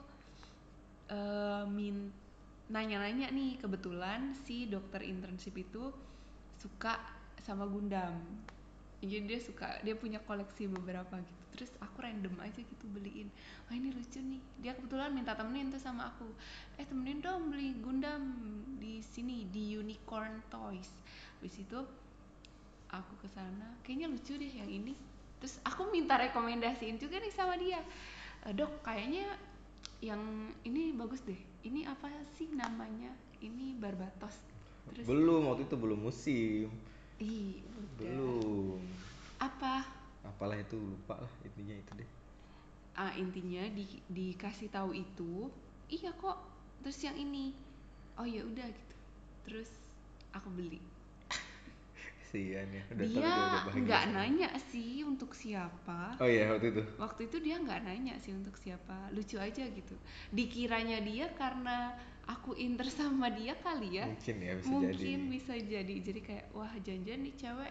nanya-nanya nih, kebetulan si dokter internship itu suka sama Gundam. Jadi dia punya koleksi beberapa gitu. Terus aku random aja gitu beliin. Wah ini lucu nih. Dia kebetulan minta temenin tuh sama aku. Temenin dong beli Gundam di sini di Unicorn Toys. Habis itu aku kesana, kayaknya lucu deh yang ini. Terus aku minta rekomendasiin juga nih sama dia. Dok kayaknya yang ini bagus deh. Ini apa sih namanya? Ini Barbatos. Terus belum, waktu itu belum musim. udah. Belum. Apalah itu, lupa lah intinya itu deh. Intinya dikasih tahu itu, iya kok. Terus yang ini, oh ya udah gitu. Terus aku beli. Kasian ya. Dia nggak nanya sih untuk siapa. Oh iya waktu itu. Waktu itu dia nggak nanya sih untuk siapa. Lucu aja gitu. Dikiranya dia karena aku inter sama dia kali ya. Mungkin bisa jadi. Jadi kayak wah janjian nih cewek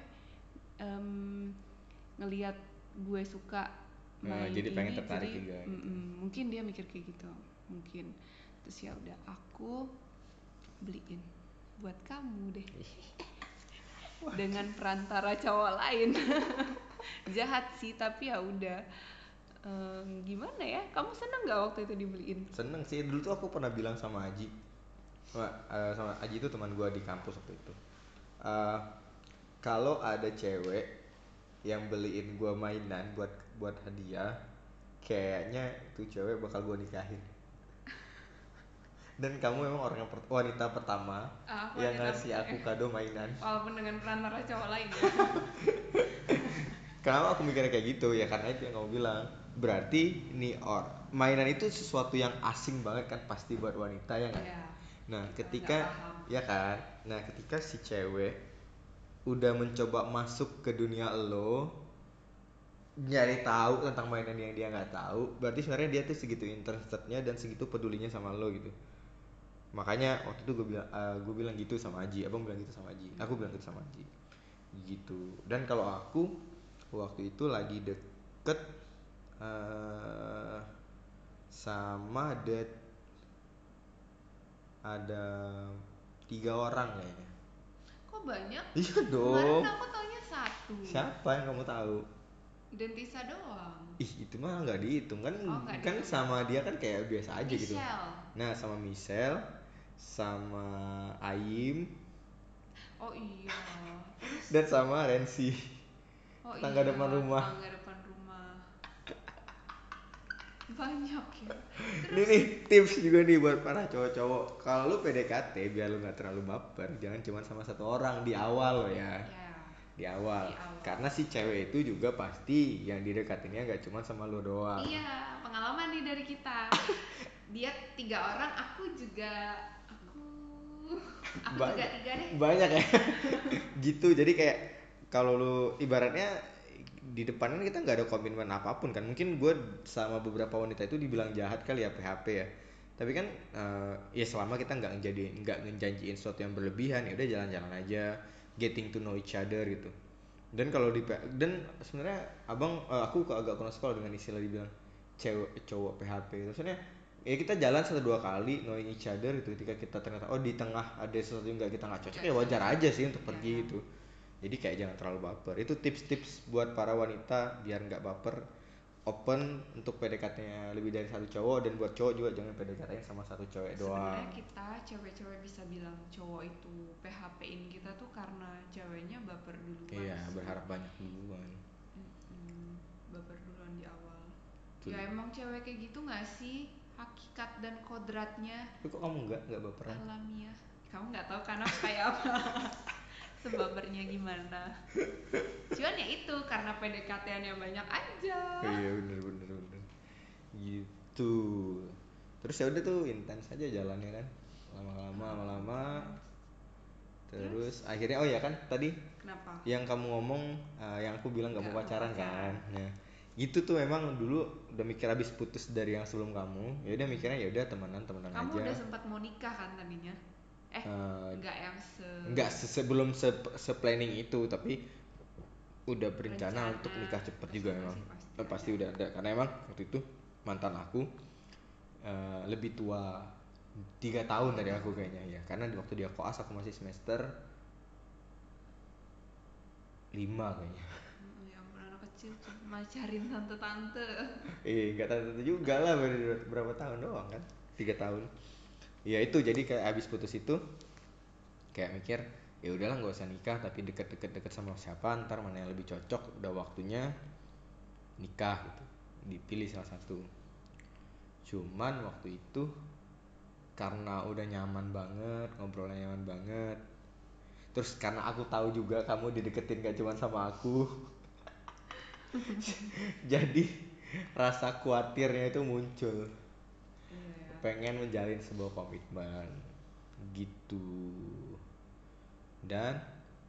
ngelihat gue suka main jadi ini, pengen tertarik jadi juga gitu. Mungkin dia mikir kayak gitu mungkin. Terus ya udah aku beliin buat kamu deh. Dengan perantara cowok lain. Jahat sih tapi ya udah. Gimana ya, kamu seneng nggak waktu itu dibeliin? Seneng sih, dulu tuh aku pernah bilang sama Aji. Sama Aji itu teman gue di kampus waktu itu. Kalau ada cewek yang beliin gue mainan buat hadiah, kayaknya itu cewek bakal gue nikahin. Dan kamu memang orang wanita pertama yang ngasih aku kado mainan. Walaupun dengan perantara cowok lain ya. Kenapa aku mikirnya kayak gitu ya, karena itu yang kamu bilang. Berarti mainan itu sesuatu yang asing banget kan pasti buat wanita ya kan. Nah ketika ketika si cewek udah mencoba masuk ke dunia lo, nyari tahu tentang mainan yang dia nggak tahu, berarti sebenarnya dia tuh segitu interestednya dan segitu pedulinya sama lo gitu. Makanya waktu itu gue bilang gitu sama Aji, abang bilang gitu sama Aji, aku bilang gitu sama Aji gitu. Dan kalau aku waktu itu lagi deket sama ada 3 orang kayaknya. Kok banyak? Iya dong. Kemarin aku taunya 1. Siapa yang kamu tahu? Dentisa doang. Itu mah nggak dihitung kan. Kan dihitung. sama dia kan kayak biasa aja gitu. Michelle. Nah sama Michelle, sama Aim. Oh iya. Terus Dan sama Rensi, oh tetangga iya, depan rumah. tetangga depan rumah. Banyak ya. Ini Terus nih tips juga nih buat para cowok-cowok. Kalau lu PDKT biar lu nggak terlalu baper, jangan cuma sama satu orang di awal lo ya. ya Di awal. di awal. Karena si cewek itu juga pasti yang didekatinnya nggak cuma sama lu doang. Iya, pengalaman nih dari kita. Dia 3 orang, aku aku juga Banyak, 3 deh. banyak ya. Gitu. Jadi kayak kalau lu ibaratnya di depannya kita nggak ada komitmen apapun kan. Mungkin gue sama beberapa wanita itu dibilang jahat kali ya, PHP ya. Tapi kan ya selama kita nggak ngejanjiin sesuatu yang berlebihan, ya udah jalan-jalan aja, getting to know each other gitu. Dan kalau dan sebenarnya aku agak kurang sekolah dengan istilah dibilang cewek cowok PHP itu. Sebenarnya ya kita jalan 1-2 kali knowing each other gitu. Ketika kita ternyata di tengah ada sesuatu yang kita nggak cocok, Nggak ya wajar cocok. aja sih untuk Iya pergi ya. itu. Jadi kayak jangan terlalu baper. Itu tips-tips buat para wanita biar nggak baper, open untuk PDKT-nya lebih dari satu cowok. Dan buat cowok juga jangan PDKT sama satu cewek Sebenarnya doang. kita cewek-cewek bisa bilang cowok itu PHP-in kita tuh karena ceweknya baper duluan Iya, sih. berharap banyak duluan. Mm-mm, baper duluan di awal. Betul. Ya emang cewek kayak gitu nggak sih? Hakikat dan kodratnya Tapi kok kamu nggak baperan? alamiah. Kamu nggak tahu kan aku kayak apa? Sebabernya gimana? Cuman ya itu karena PDKT-an yang banyak aja. Iya, bener bener bener. Gitu. Terus ya udah tuh intens aja jalannya kan, lama-lama Intens. terus Terus akhirnya oh ya kan tadi kenapa? yang kamu ngomong, yang aku bilang nggak Nggak mau mau pacaran kan. pacaran. Nah gitu tuh, memang dulu udah mikir habis putus dari yang sebelum kamu, ya udah mikirnya ya udah temenan temenan Kamu aja. udah sempat mau nikah kan tadinya? Eh, Eh, nggak yang nggak sebelum planning itu, tapi udah berencana untuk rencana. nikah cepet juga Rencana emang. sih pasti Pasti ada. udah ada karena emang waktu itu mantan aku lebih tua 3 tahun dari aku Oh. kayaknya ya, karena di waktu dia koas aku masih semester 5 kayaknya. Ya ampun anak kecil cuma cariin tante-tante. Nggak tahu juga lah, berapa tahun doang kan, 3 tahun. Ya itu jadi kayak abis putus itu kayak mikir ya udahlah nggak usah nikah, tapi deket sama siapa ntar mana yang lebih cocok, udah waktunya nikah gitu, dipilih salah satu. Cuman waktu itu karena udah nyaman banget, ngobrolnya nyaman banget, terus karena aku tahu juga kamu dideketin gak cuma sama aku, jadi rasa khawatirnya itu muncul, Iya ya. pengen menjalin sebuah komitmen gitu. Dan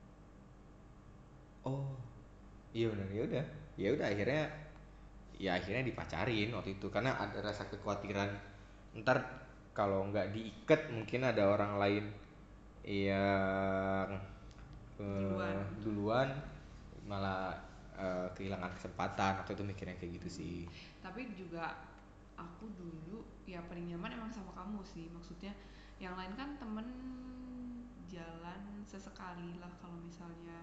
oh iya benar, ya udah akhirnya dipacarin waktu itu karena ada rasa kekhawatiran ntar kalau nggak diikat mungkin ada orang lain yang Duluan. duluan, malah kehilangan kesempatan. Waktu itu mikirnya kayak gitu sih. Tapi juga aku dulu ya paling nyaman emang sama kamu sih. Maksudnya yang lain kan temen jalan sesekali lah kalau misalnya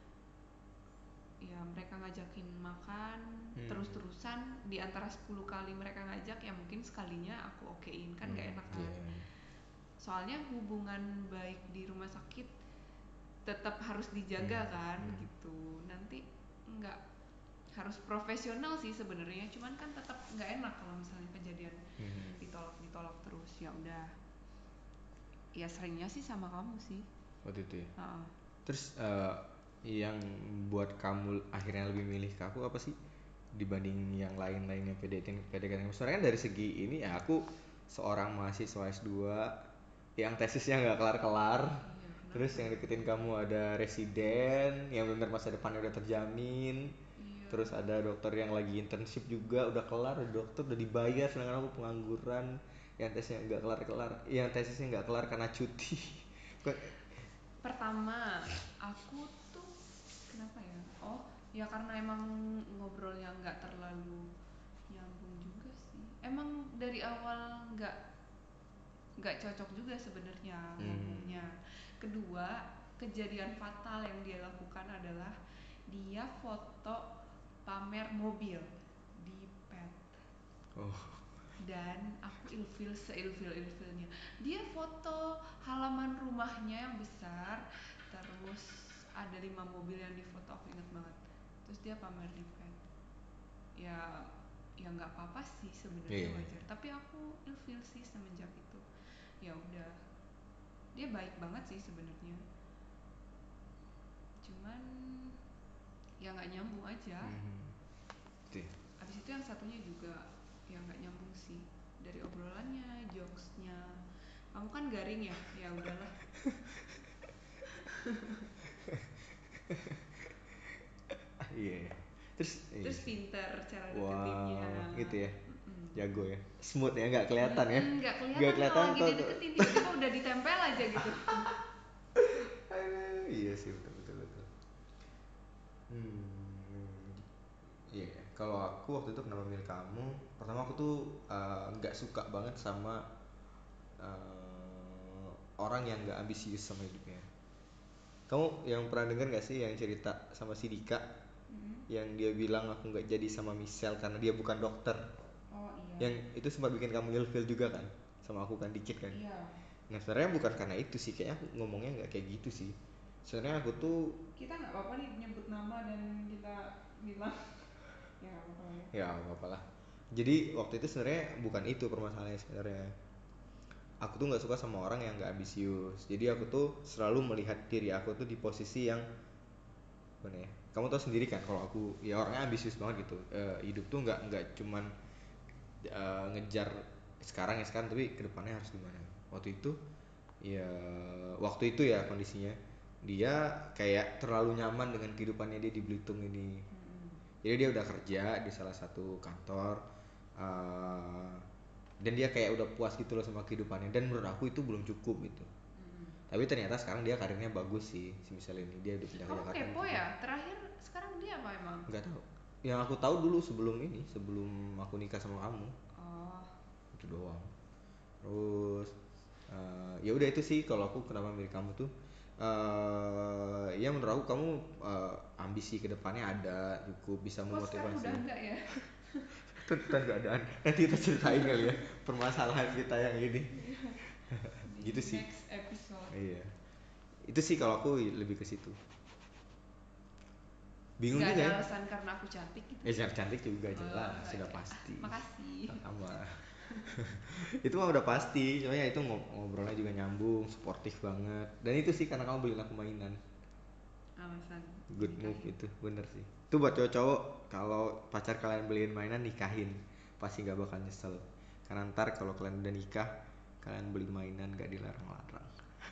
ya mereka ngajakin makan terus-terusan di antara 10 kali mereka ngajak ya mungkin sekalinya aku okein kan gak enak kan. Yeah. Soalnya hubungan baik di rumah sakit tetap harus dijaga kan gitu. Nanti nggak harus profesional sih sebenarnya, cuman kan tetap nggak enak kalau misalnya kejadian ditolak terus. Ya udah, ya seringnya sih sama kamu sih. Waktu itu ya. uh Terus yang buat kamu akhirnya lebih milih ke aku apa sih dibanding yang lain-lainnya PDKT? Sebenarnya kan dari segi ini ya, aku seorang mahasiswa S2 yang tesisnya nggak kelar-kelar. Iya, Terus kenapa yang ya? deketin kamu ada residen yang benar masa depannya udah terjamin. Iya. Terus ada dokter yang lagi internship juga udah kelar, ada dokter udah dibayar, sedangkan aku pengangguran yang tesisnya nggak kelar-kelar, karena cuti. Pertama, aku tuh kenapa ya? Oh, ya karena emang ngobrolnya nggak terlalu nyambung juga sih. Emang dari awal nggak cocok juga sebenarnya ngomongnya. Kedua, kejadian fatal yang dia lakukan adalah dia foto pamer mobil di pet. Oh, Dan aku ilfil seilfil ilfilnya. Dia foto halaman rumahnya yang besar, terus ada 5 mobil yang difoto, aku inget banget. Terus dia pamer di pet. Ya nggak apa-apa sih sebenarnya, wajar. Tapi aku ilfeel sih semenjak itu. Ya udah, dia baik banget sih sebenarnya. Cuman ya nggak nyambung aja. Abis itu yang satunya juga ya nggak nyambung sih, dari obrolannya, jokesnya. Kamu kan garing ya, ya udahlah. Iya. Terus Pinter cara deketinnya. gitu ya. Jago ya. Smooth ya, nggak kelihatan ya. Nggak kelihatan kalau lagi dideketin, tiba-tiba udah ditempel aja gitu. Iya sih, betul. Iya, kalau aku waktu itu kenapa milih kamu? Pertama aku tuh nggak suka banget sama orang yang nggak ambisius sama hidupnya. Kamu yang pernah denger nggak sih yang cerita sama si Dika, yang dia bilang aku nggak jadi sama Michelle karena dia bukan dokter? Oh iya. Yang itu sempat bikin kamu ilfeel juga kan, sama aku kan dikit kan? Iya. Nah sebenarnya bukan karena itu sih, kayaknya aku ngomongnya nggak kayak gitu sih. Sebenarnya aku tuh, Kita nggak apa-apa nih nyebut nama dan kita bilang ya nggak apa-apa ya. ya apa lah. Jadi waktu itu sebenarnya bukan itu permasalahannya sebenarnya. Aku tuh nggak suka sama orang yang nggak ambisius. Jadi aku tuh selalu melihat diri aku tuh di posisi yang mana ya? Kamu tahu sendiri kan kalau aku ya orangnya ambisius banget gitu. Hidup tuh nggak cuman ngejar sekarang ya sekarang, tapi kedepannya harus gimana. Ya waktu itu ya kondisinya dia kayak terlalu nyaman dengan kehidupannya dia di Belitung ini. Jadi dia udah kerja di salah satu kantor, uh, dan dia kayak udah puas gitu loh sama kehidupannya, dan menurut aku itu belum cukup gitu. Tapi ternyata sekarang dia karirnya bagus sih, si Michelle ini dia udah pindah ke Kamu Jakarta kepo gitu. ya, terakhir sekarang dia apa emang? Nggak tahu. Yang aku tahu dulu sebelum aku nikah sama kamu. Oh. Itu doang. Terus ya udah itu sih kalau aku kenapa milih kamu tuh. Ya menurut aku kamu ambisi kedepannya ada, cukup bisa Kok sekarang memotivasi. udah enggak ya? Tentang keadaan nanti kita ceritain kali ya permasalahan kita yang ini. Di Gitu sih. next episode. Iya. Itu sih kalau aku lebih ke situ. Bingung Gak juga ada ya. alasan karena aku cantik gitu. Cantik juga jelas, sudah Okay. pasti. Makasih. Sama. Itu mah udah pasti, soalnya itu ngobrolnya juga nyambung, sportif banget. Dan itu sih karena kamu beliin aku mainan. Alasan Good move nikahin. itu, bener sih. Itu buat cowok-cowok, kalau pacar kalian beliin mainan nikahin, pasti gak bakal nyesel. Karena ntar kalau kalian udah nikah, kalian beli mainan gak dilarang-larang.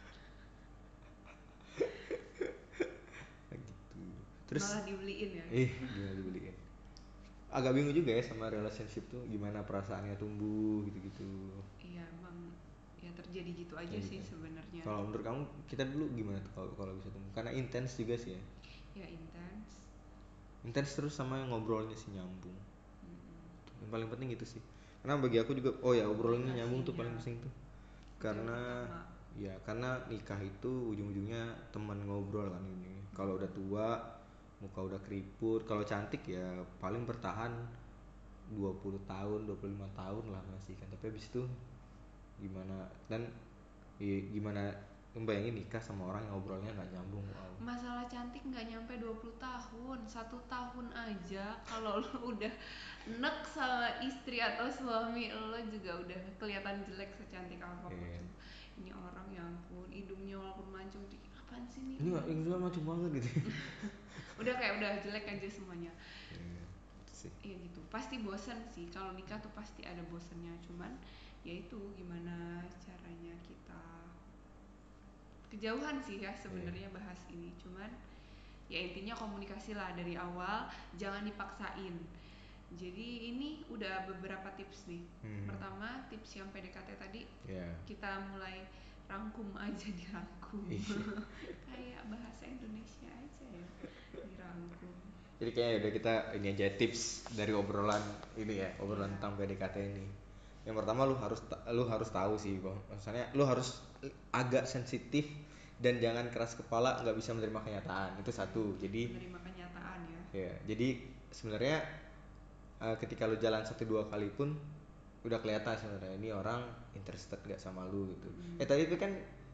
Gitu. Terus Malah dibeliin ya. gimana dibeliin? Agak bingung juga ya sama relationship tuh, gimana perasaannya tumbuh gitu-gitu. Iya emang ya terjadi gitu aja Ya sih gitu. sebenarnya. Kalau menurut kamu kita dulu gimana tuh kalau bisa tumbuh? Karena intens juga sih ya. Ya intens. Intens terus sama ngobrolnya sih nyambung. Yang paling penting itu sih. Karena bagi aku juga, oh ya obrolannya nyambung tuh paling penting tuh. Karena ya karena nikah itu ujung-ujungnya teman ngobrol kan ini. Kalau udah tua, muka udah keriput, kalau cantik ya paling bertahan 20 tahun, 25 tahun lah masih kan. Tapi habis itu gimana, dan gimana membayangin nikah sama orang yang ngobrolnya nggak nyambung. Wow. Masalah cantik nggak nyampe 20 tahun, 1 tahun aja kalau lo udah nek sama istri atau suami lo juga udah kelihatan jelek secantik apapun. Ini orang ya ampun, hidungnya walaupun mancung dikit, apaan sih nih? Ini hidungnya mancung banget gitu. Udah kayak udah jelek aja semuanya. Sih. Ya gitu, pasti bosan sih kalau nikah tuh, pasti ada bosannya. Cuman ya itu gimana caranya kita, kejauhan sih ya sebenarnya bahas ini. Cuman ya intinya komunikasi lah dari awal, jangan dipaksain. Jadi ini udah beberapa tips nih. Pertama tips yang PDKT tadi, kita mulai rangkum aja, dirangkum. Kayak bahasa Indonesia aja ya, dirangkum. Jadi kayaknya udah kita ini aja tips dari obrolan ini ya, obrolan tentang PDKT ini. Yang pertama lu harus tahu sih, Bang. Maksudnya lu harus agak sensitif dan jangan keras kepala, nggak bisa menerima kenyataan. Itu satu. Jadi menerima kenyataan ya. Ya, jadi sebenarnya ketika lu jalan 1-2 kali pun udah kelihatan sebenarnya ini orang interested gak sama lu gitu. Tadi itu kan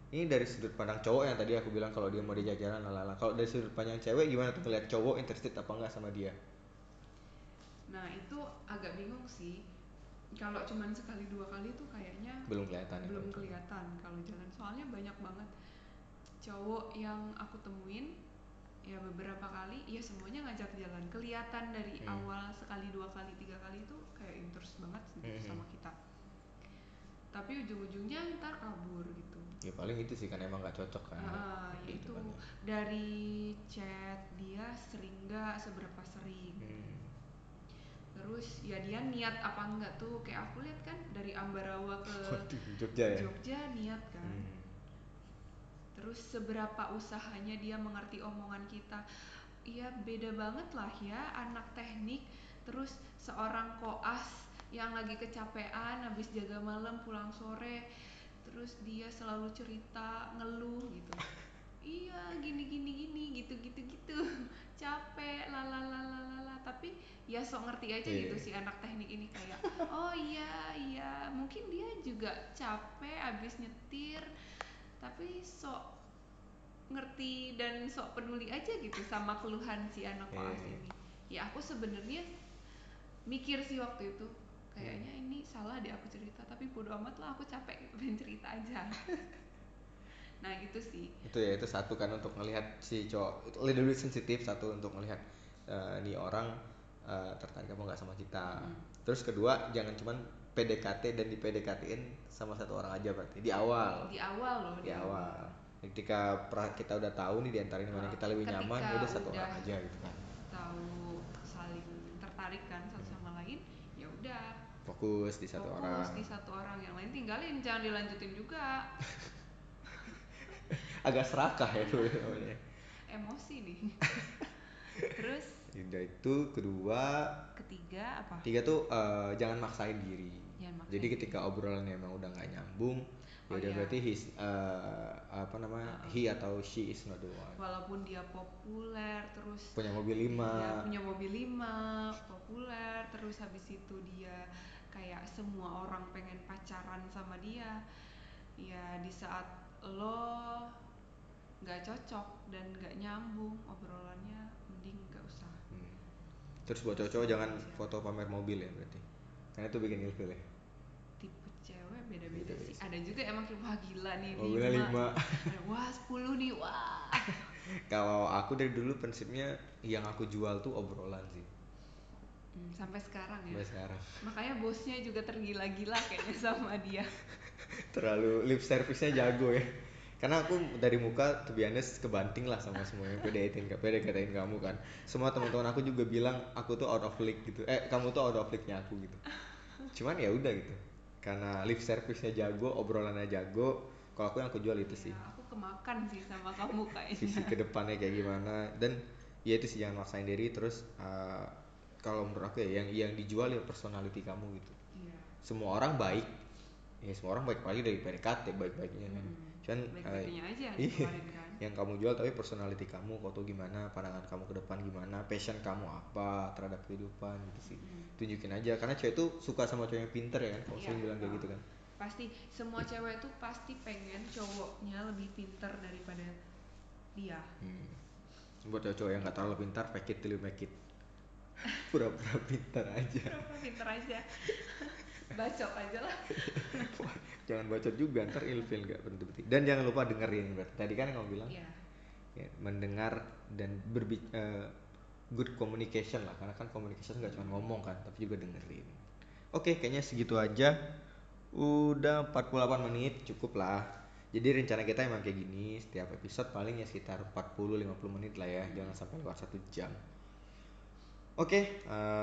Ini dari sudut pandang cowok yang tadi aku bilang kalau dia mau di jajaran lalala. Kalau dari sudut pandang cewek gimana tuh ngeliat cowok interested apa enggak sama dia? Nah itu agak bingung sih. Kalau cuman sekali dua kali tuh kayaknya Belum kelihatan ya belum kalau cowok. kelihatan kalau jalan. Soalnya banyak banget cowok yang aku temuin, ya beberapa kali, ya semuanya ngajak jalan. Kelihatan dari Hmm. awal sekali dua kali tiga kali itu kayak interest banget gitu Hmm. sama kita. Tapi ujung-ujungnya ntar kabur gitu. Ya paling itu sih kan emang nggak cocok kan. Gitu Yaitu kan ya. dari chat dia sering nggak, seberapa sering. Hmm. Terus ya dia niat apa enggak tuh, kayak aku lihat kan dari Ambarawa ke Waduh, Jogja ya. Jogja niat kan. Hmm. Terus seberapa usahanya dia mengerti omongan kita. Iya beda banget lah ya anak teknik, terus seorang koas yang lagi kecapean habis jaga malam pulang sore, terus dia selalu cerita ngeluh gitu. Iya gini gini gini gitu gitu gitu capek lalalalala, tapi ya sok ngerti aja Iya. gitu si anak teknik ini, kayak oh iya iya mungkin dia juga capek abis nyetir, tapi sok ngerti dan sok peduli aja gitu sama keluhan si anak koas Iya. ini. Ya aku sebenarnya mikir sih waktu itu, Hmm. kayaknya ini salah deh aku cerita, tapi bodo amat lah aku capek gitu pengen cerita aja. Nah gitu sih. Itu ya itu satu kan untuk melihat si cowok itu lebih sensitif, satu untuk melihat nih orang tertarik apa nggak sama kita. Terus kedua jangan cuman PDKT dan di PDKT-in sama satu orang aja berarti di awal. Di awal loh, Di awal. Ketika kita udah tahu nih di antara ini mana kita lebih nyaman, ya ketika udah satu udah orang aja gitu kan. tahu saling tertarik kan satu sama lain, ya udah Fokus di satu fokus orang. di satu orang, yang lain tinggalin, jangan dilanjutin juga. Agak serakah ya tuh namanya. Emosi nih. Terus Udah itu kedua, ketiga apa? tiga tuh jangan maksain diri. Jangan maksain Jadi diri. ketika obrolannya emang udah nggak nyambung, ya Oh udah iya. berarti apa namanya he atau she is not the one. Walaupun dia populer, terus Punya mobil dia 5. punya mobil 5, populer, terus habis itu dia kayak semua orang pengen pacaran sama dia. Ya di saat lo nggak cocok dan nggak nyambung obrolannya, mending nggak usah. Terus buat cowok jangan foto pamer mobil ya berarti. Karena itu bikin ilfil ya. Tipe cewek beda-beda Beda-beda sih. sih. Ada juga emang kayak wah gila nih Mobilnya 5. 5. Wah 10 nih, wah. Kalau aku dari dulu prinsipnya yang aku jual tuh obrolan sih. Sampai sekarang ya. Sampai sekarang. Makanya bosnya juga tergila-gila kayaknya sama dia. Terlalu lip service-nya jago ya. Karena aku dari muka to be honest kebanting lah sama semua yang PDKT-in kamu kan. Semua teman-teman aku juga bilang aku tuh out of league gitu. Kamu tuh out of league-nya aku gitu. Cuman ya udah gitu. Karena lip service-nya jago, obrolannya jago. Kalau aku yang aku jual itu sih. Ya, aku kemakan sih sama kamu Visi kayaknya. ke depannya kayak gimana, dan ya itu sih jangan maksain diri. Terus kalau menurut aku ya yang dijual ya personality kamu gitu. Iya. Semua orang baik, ya semua orang baik, apalagi dari PDKT baik-baiknya kan. Cuman Baik-baiknya aja yang iya, dikeluarin kan. yang kamu jual tapi personality kamu, kau tuh gimana, pandangan kamu ke depan gimana, passion kamu apa terhadap kehidupan gitu sih. Tunjukin aja, karena cewek tuh suka sama cowok yang pinter ya kan, kalau Iya. sering bilang kayak gitu kan. Pasti semua cewek tuh pasti pengen cowoknya lebih pinter daripada dia. Buat cowok yang nggak terlalu pintar, fake it till you make it. Pura-pura pintar aja. Pura-pura pinter aja. Bacot aja lah. Jangan bacot juga, ntar ilfil nggak berhenti. Dan jangan lupa dengerin. Tadi kan yang kamu bilang Iya. ya, mendengar dan good communication lah, karena kan communication nggak cuma ngomong kan, tapi juga dengerin. Oke, kayaknya segitu aja. Udah 48 menit, cukup lah. Jadi rencana kita emang kayak gini, setiap episode paling ya sekitar 40-50 menit lah ya, jangan sampai lewat 1 jam. Oke,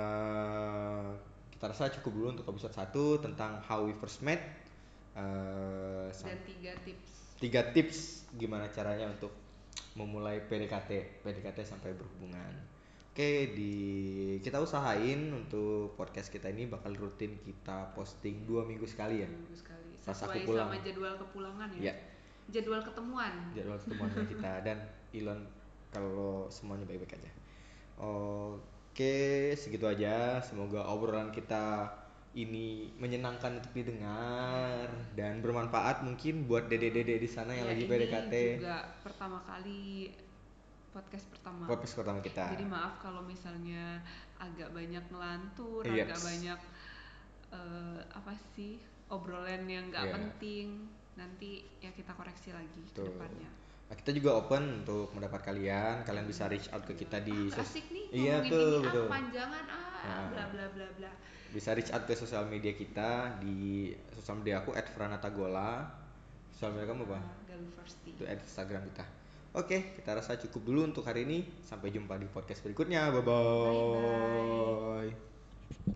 kita rasa cukup dulu untuk episode 1 tentang how we first met. Dan 3 tips. 3 tips gimana caranya untuk memulai PDKT sampai berhubungan. Oke, kita usahain untuk podcast kita ini bakal rutin kita posting 2 minggu sekali ya. 2 minggu sekali. Pas aku Sesuai pulang. sama jadwal kepulangan Ya. ya. Jadwal ketemuan. Jadwal ketemuannya kita dan Elon kalau semuanya baik-baik aja. Oke, segitu aja. Semoga obrolan kita ini menyenangkan untuk didengar dan bermanfaat mungkin buat dede-dede di sana yang Ya, lagi ini PDKT. juga pertama kali podcast pertama. Podcast pertama kita. Jadi maaf kalau misalnya agak banyak ngelantur, Yeps. agak banyak apa sih obrolan yang nggak Iya. penting. Nanti ya kita koreksi lagi ke Tuh. depannya. Nah, kita juga open untuk mendapat kalian bisa reach out ke kita di asik nih iya ngomongin tuh, ini betul. panjangan Nah, bla bla bla bla. bisa reach out ke sosial media kita di sosial media aku @franatagola. Sosial media kamu apa? Galuversti. Itu Instagram kita. Oke, kita rasa cukup dulu untuk hari ini. Sampai jumpa di podcast berikutnya. Bye Bye bye. bye.